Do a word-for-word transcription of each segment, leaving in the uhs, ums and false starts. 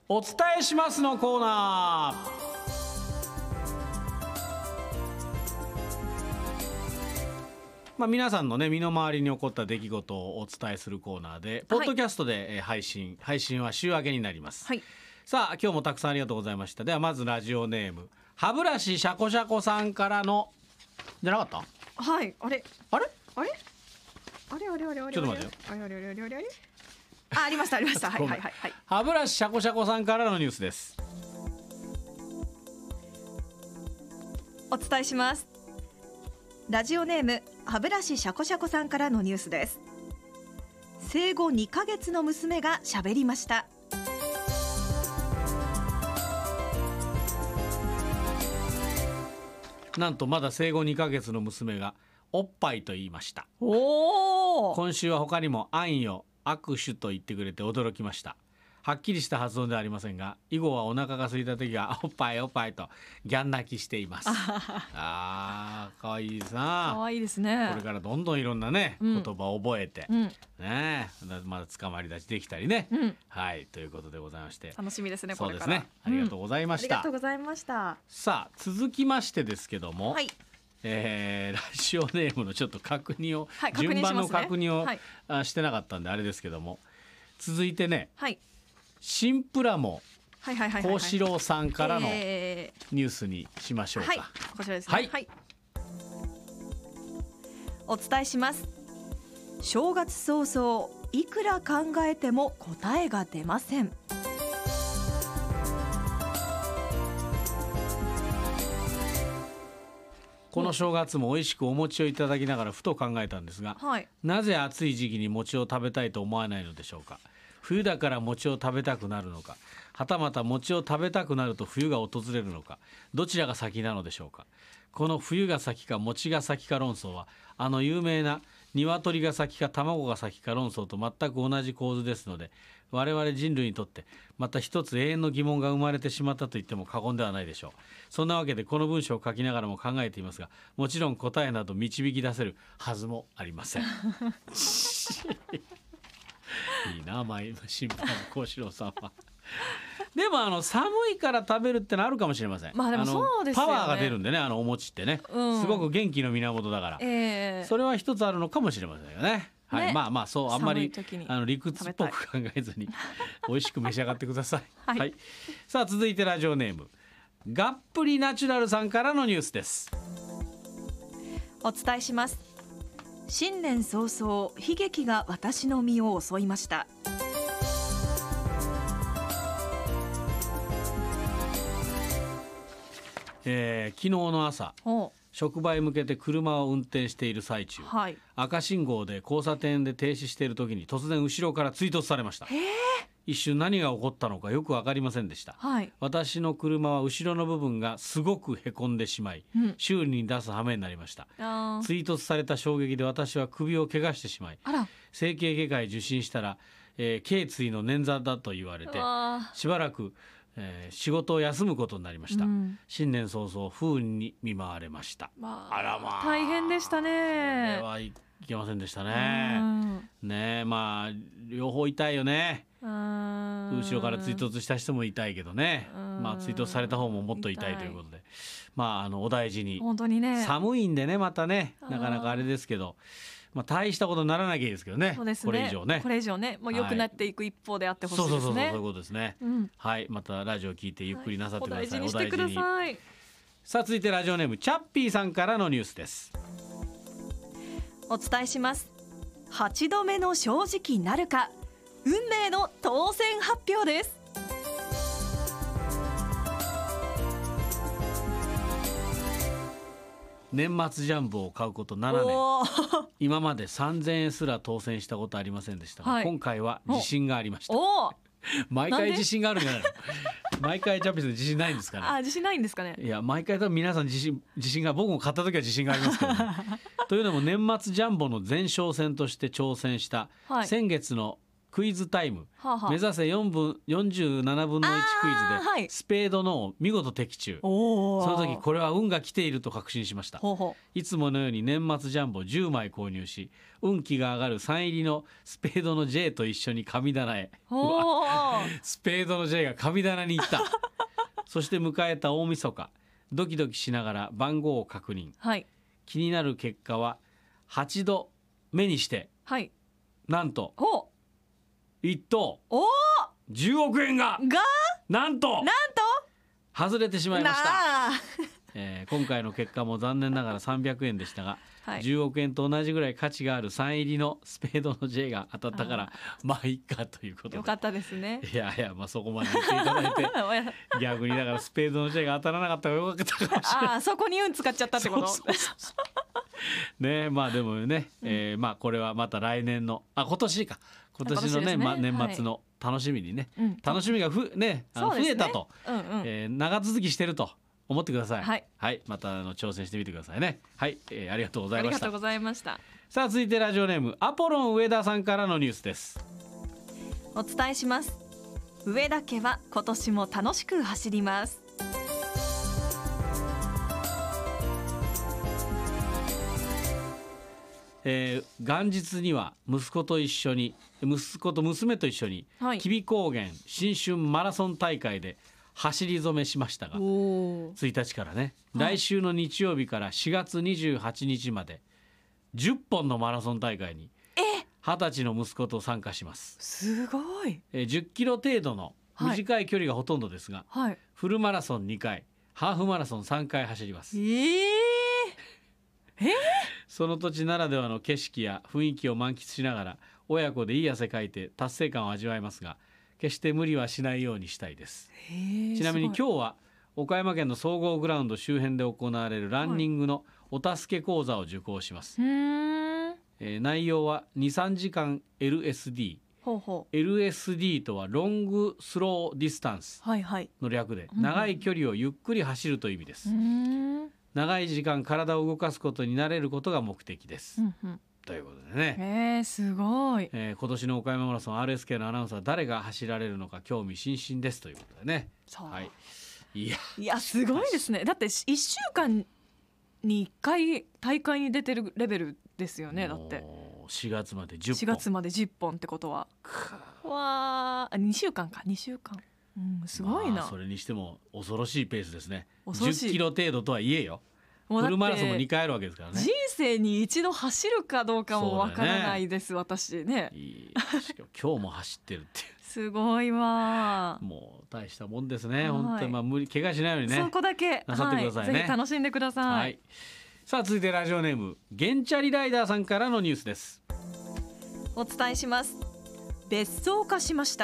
お伝えしますのコーナー。まあ、皆さんのね身の回りに起こった出来事をお伝えするコーナーで、ポッドキャストでえー配信配信は週明けになります、 はい。 さあ今日もたくさんありがとうございました。ではまずラジオネーム歯ブラシシャコシャコさんからのじゃなかったはい。あれあれあれあれあれあれあれちょっと待ってよ。 あれあれあれあれあれあれあありましたありましたはいはいはいはい。 歯ブラシシャコシャコさんからのニュースです。 お伝えします。ラジオネーム歯ブラシシャコシャコさんからのニュースです。生後にかげつの娘が喋りました。 なんとまだ生後にかげつの娘がおっぱいと言いました。 おお。 今週は他にもあんよ握手と言ってくれて驚きました。はっきりした発音ではありませんが、以後はお腹が空いた時はおっぱいおっぱいとギャン泣きしています。あーかわいいですな。 可愛いですね。 これからどんどんいろんなね、 うん言葉を覚えて、 うんねえまだ捕まり立ちできたりね、 うん。 はいということでございまして、 楽しみですねこそうですれから。 ねありがとうございまありした、 がとうございました。 さあ続きましてですけども、 はい。 えーラジオネームのちょっと確認を、 はい確認しますね順番の確認を、 はいあしてなかったんであれですけども、続いてねはい新プラモはいはいはいはいはい。 幸四郎さんからのえニュースにしましょうか、 ーはいこちらですね。 はいはい。お伝えします。正月早々いくら考えても答えが出ません。 この正月も美味しくお餅をいただきながらふと考えたんですが、 はい。 なぜ暑い時期に餅を食べたいと思わないのでしょうか。冬だから餅を食べたくなるのか、はたまた餅を食べたくなると冬が訪れるのか、どちらが先なのでしょうか。この冬が先か餅が先か論争は、あの有名な鶏が先か卵が先か論争と全く同じ構図ですので、我々人類にとってまた一つ永遠の疑問が生まれてしまったと言っても過言ではないでしょう。そんなわけでこの文章を書きながらも考えていますが、もちろん答えなど導き出せるはずもありません。いいな前新聞の幸四郎さんは。でもあの寒いから食べるってのあるかもしれません。 まあでものそうですよねパワーが出るんでね、あのお餅ってね、 うんすごく元気の源だから、 えー、 それは一つあるのかもしれませんよね。はい、 ねまあまあそうあんまり寒い時にあの理屈っぽく考えずに美味しく召し上がってください。 はいさあ続いてラジオネームがっぷりナチュラルさんからのニュースです。 お伝えします。新年早々悲劇が私の身を襲いました。 えー昨日の朝お職場へ向けて車を運転している最中、 はい。 赤信号で交差点で停止している時に突然後ろから追突されました。 へえ。 一瞬何が起こったのかよく分かりませんでした。 はい。 私の車は後ろの部分がすごくへこんでしまい、 うん修理に出す羽目になりました。 あー追突された衝撃で私は首を怪我してしまい、 あら。 整形外科へ受診したら、えー頸椎の捻挫だと言われてあしばらく、えー仕事を休むことになりました、 うん新年早々不運に見舞われました。 まあ、 あらまあ大変でしたこれね。 はいけませんでしたうね。 んねえまあ両方痛いよね。 うん後ろから追突した人も痛いけどね、 うんまあ、追突された方ももっと痛いということで、まあ、あのお大事に。 本当にね。 寒いんでねまたねあーなかなかあれですけど、まあ、大したことにならなきゃいいですけどね。 そうですね。 これ以上ねこれ以上ね、もう良くなっていく一方であってほしいですね。 そうそうそうそうそういうことですね、 うんはいまたラジオ聞いてゆっくりなさってください、 はいお大事にしてください。 さあ続いてラジオネームチャッピーさんからのニュースです。 お伝えします。はちどめの正直なるか、運命の当選発表です。 年末ジャンボを買うことななねん、 おー今までさんぜんえんすら当選したことありませんでしたが、 はい今回は自信がありました。 おー毎なんで回自信があるんじゃないの毎回チャッピーさん自信ないんですかね。 あ、自信ないんですかね。 いや毎回多分皆さん自信自信が僕も買った時は自信がありますけどねというのも年末ジャンボの前哨戦として挑戦したはい先月のクイズタイム、 はあはあ、 目指せよんぶんよんじゅうななぶんのいちクイズで、 はい、 スペードの見事的中。 おその時これは運が来ていると確信しました。 ほうほいつものように年末ジャンボじゅうまい購入し、運気が上がるさん入りのスペードの J と一緒に神棚へ。 うほうスペードの J が神棚に行ったそして迎えた大晦日、ドキドキしながら番号を確認。 はい、 気になる結果ははちどめにして、 はい、 なんとほう、 いっ等おーじゅうおくえんががなんとなんと外れてしまいました。 なあえー今回の結果も残念ながらさんびゃくえんでしたが、 はい、 じゅうおくえんと同じぐらい価値があるさん入りのスペードの J が当たったからまあいいかということで。 よかったですね。 いやいや、まあそこまで言っていただいて逆にだからスペードの J が当たらなかったらよかったかもしれない。 ああ、そこに運使っちゃったってこと。 そうそうそうそうね、まあでもね、えーまあこれはまた来年のあ今年か今年のね、 今年ですねまあ、年末の楽しみにね、 うん、 楽しみがふ、ね、あのそうですね増えたと、 うんうん、 えー長続きしてると思ってください。 はい、 はい、またあの挑戦してみてくださいね。はい、えーありがとうございました。 ありがとうございました。 さあ続いてラジオネームアポロン上田さんからのニュースです。 お伝えします。上田家は今年も楽しく走ります。 えー元日には息子と一緒に息子と娘と一緒にはい、 吉備高原新春マラソン大会で走り初めしましたが、 おーついたちからね、 はい来週の日曜日からしがつにじゅうはちにちまでじゅっぽんのマラソン大会にえはたちの息子と参加します。 すごい。 えーじゅっキロ程度の短い距離がほとんどですが、 はい、 フルマラソンにかい、ハーフマラソンさんかい走ります。 えー、 その土地ならではの景色や雰囲気を満喫しながら親子でいい汗かいて達成感を味わいますが、決して無理はしないようにしたいです。 えー、 ちなみにすごい今日は岡山県の総合グラウンド周辺で行われるランニングのお助け講座を受講します。 うーん、 えー内容は にさんじかん エルエスディー。 ほうほエルエスディー とはロングスローディスタンスう、はいはい、 の略で、 うん長い距離をゆっくり走るという意味です。 うーん、 長い時間体を動かすことに慣れることが目的です、 うんうん、 ということでね、 えー、すごい。 えー今年の岡山マラソン アールエスケー のアナウンサー誰が走られるのか興味津々ですということでね。 そう、 はい、いやいやすごいですね。だっていっしゅうかんにいっかい大会に出てるレベルですよね。だってもうしがつまでじゅっぽん、 しがつまでじゅっぽんってことはわー、にしゅうかんか、にしゅうかん、うん、すごいな、 まあそれにしても恐ろしいペースですね。 恐ろしいじゅっキロ程度とはいえよ、 もうだってフルマラソンもにかいあるわけですからね。 人生に一度走るかどうかもわからそうだよねないです、私ね。 いいしかも今日も走ってるっていすごいわうもう大したもんですね、 はい本当にまあ無理怪我しないようにね。 そこだけなさってくださいねはい、ぜひ楽しんでください、 はい、さあ続いてラジオネームゲンチャリライダーさんからのニュースです。 お伝えします。別荘化しました。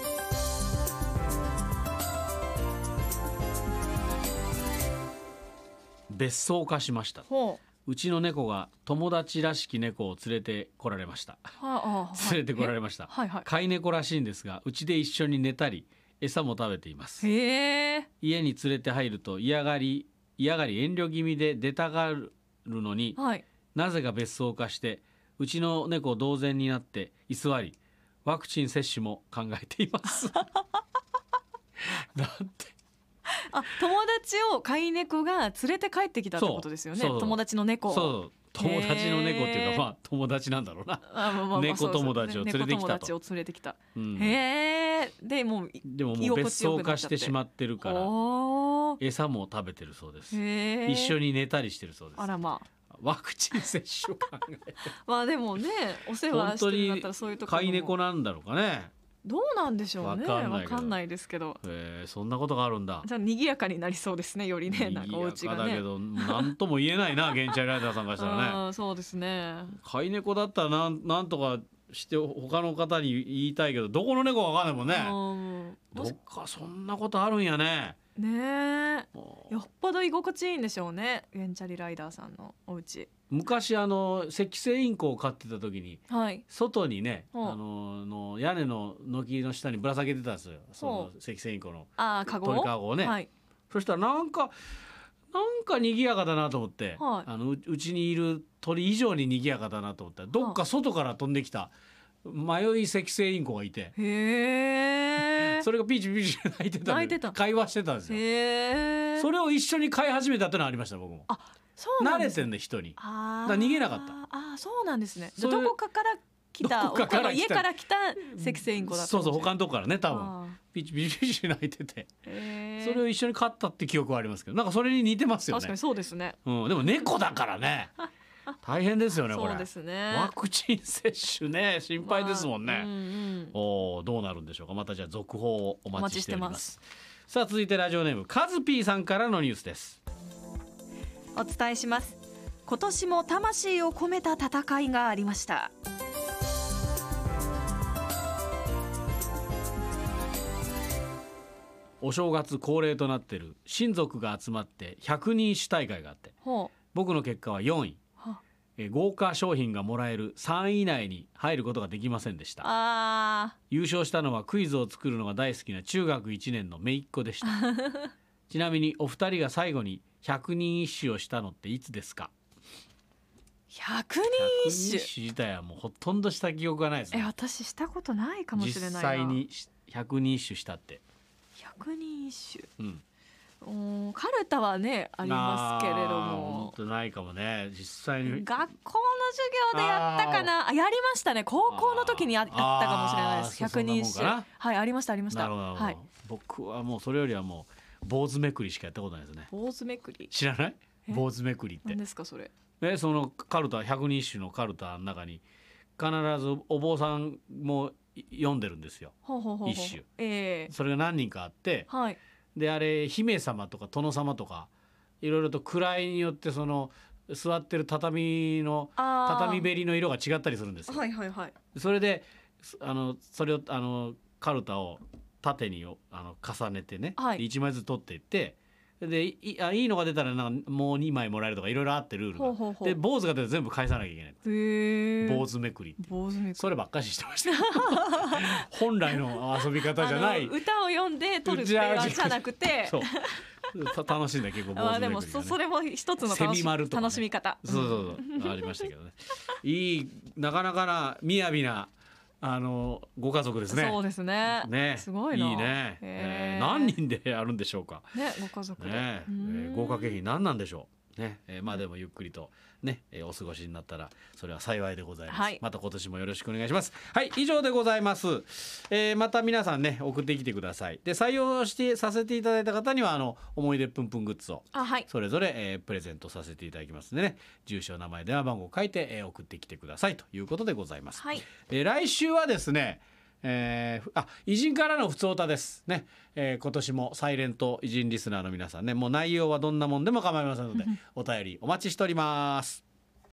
別荘化しました。 ほうちの猫が友達らしき猫を連れてこられました。 う、はあ、あ連れてこられました。 はいはい、 飼い猫らしいんですが、うちで一緒に寝たり餌も食べています。 へえ、 家に連れて入ると嫌がり嫌がり遠慮気味で出たがるのに、 はい、ななぜか別荘化してうちの猫同然になって居座り、ワクチン接種も考えていますなんてあ、友達を飼い猫が連れて帰ってきたってことですよね。 そうそう友達の猫を。 そう友達の猫っていうへーかまあ友達なんだろうな、 あまあまあまあ猫そうそう友達を連れてきたと猫友達を連れてきた。 うんへえ、でもうでももう居心別荘地よくなっちゃって化してしまってるからおー、 餌も食べてるそうです。 へー一緒に寝たりしてるそうです。 あらまあ、 ワクチン接種を考えてまあでもね、お世話してるんだったらそういうところも飼い猫なんだろうかね。 どうなんでしょうね。 わかんないけどわかんないですけど。 えー、そんなことがあるんだ。 じゃあ賑やかになりそうですね。よりね、なんかお家がね。 賑やかだけど何とも言えないなゲンチャリライダーさんからしたらね。 あーそうですね。 飼い猫だったらなんなんとかして他の方に言いたいけど、どこの猫かわかんないもんね。 うんどっかそんなことあるんやね。 ねえ、 もうよっぽど居心地いいんでしょうね。ゲンチャリライダーさんのお家。 昔あの赤星インコを飼ってた時にはい。 外にね、 うんあのの屋根の軒の下にぶら下げてたんですよ、そのほ赤星インコのああ、カゴ。 鳥かごをね、 はい。 そしたらなんかなんか賑やかだなと思って、 はいあのううちにいる鳥以上に賑やかだなと思ったら、どっか外から飛んできた迷いセキセイインコがいて、 へえ。 それがピーチピーチ泣いてたんで泣いてた会話してたんですよ。 へえ。 それを一緒に飼い始めたってのはありました僕も。 あ、そうなんですね。 慣れてんね人に。 あだから逃げなかった。 あー、そうなんですね。 それどこかから来た、 どこかから来た家から来たセキセイインコだったそうそう他ののとこからね多分あピーチピーチピーチ泣いてて、 ーそれを一緒に飼ったって記憶はありますけど、なんかそれに似てますよね。 確かにそうですね。 うん、でも猫だからね大変ですよねこれ。 そうですね。 ワクチン接種ね心配ですもんね。 まあうんうんおーどうなるんでしょうか。またじゃあ続報をお待ちしております。 お待ちしてさあ続いてラジオネームカズピーさんからのニュースです。 お伝えします。今年も魂を込めた戦いがありました。 お正月恒例となっている親族が集まってひゃくにん一首大会があって、 ほう。 僕の結果はよんい。 はえ豪華商品がもらえるさんい以内に入ることができませんでした。 あ優勝したのはクイズを作るのが大好きな中学いちねんの姪っ子でしたちなみにお二人が最後にひゃくにん一首をしたのっていつですか。 ひゃくにんひゃくにん一首。 一首自体はもうほとんどした記憶がないですえ、 ね。 私したことないかもしれないな。 実際にひゃくにん一首したって、 ひゃくにん一首。 うん、 うん、カルタはねありますけれども本当ないかもね実際に。 学校の授業でやったかなあ、やりましたね。高校の時にややったかもしれないです。ひゃくにん一首。 そんなもんかはい、ありましたありました。 なるほどなるほど、 はい。 僕はもうそれよりはもう坊主めくりしかやったことないですね。 坊主めくり。 知らないえ坊主めくりって何ですかそれ。 えそのカルタひゃくにん一首のカルタの中に必ずお坊さんも読んでるんですよ。 ほうほうほうほう。 一首。 ええそれが何人かあってはい。 であれ姫様とか殿様とかいろいろと位によってその座ってる畳のあー畳べりの色が違ったりするんですよ。 はいはいはい。 それであのそれをあのカルタを縦にあの重ねてね、 はいいちまいずつ取っていってでいあいいのが出たらなんかもうにまいもらえるとかいろいろあってルールがほうほうほうで坊主が出たら全部返さなきゃいけない。 へえ。 坊主めくりって坊主めくり。 そればっかししてました本来の遊び方じゃないあの歌を読んで撮るってじゃあやつじゃなくて。 そうた楽しんだ結構坊あ主めくりが、ね、 でもそそれも一つのセ楽し,、 ミ丸とかね楽しみ方。 そうそうそうありましたけどねいいなかなかな雅なあのご家族ですね。 そうですね。 ねすごいな。 いいね、えー何人でやるんでしょうかね、ご家族で。 ねえうーんー豪華景品何なんでしょうね、えーまあでもゆっくりとね、えーお過ごしになったらそれは幸いでございます、 はいまた今年もよろしくお願いします。はい以上でございます、えーまた皆さんね送ってきてください。で採用してさせていただいた方にはあの思い出ぷんぷんグッズをあ、はい。 それぞれ、えープレゼントさせていただきますのでね住所名前電話番号を書いて、えー送ってきてくださいということでございます、 はい。 えー来週はですねえー、あ偉人からのふつおたですね、えー今年もサイレント偉人リスナーの皆さんねもう内容はどんなもんでも構いませんのでお便りお待ちしております。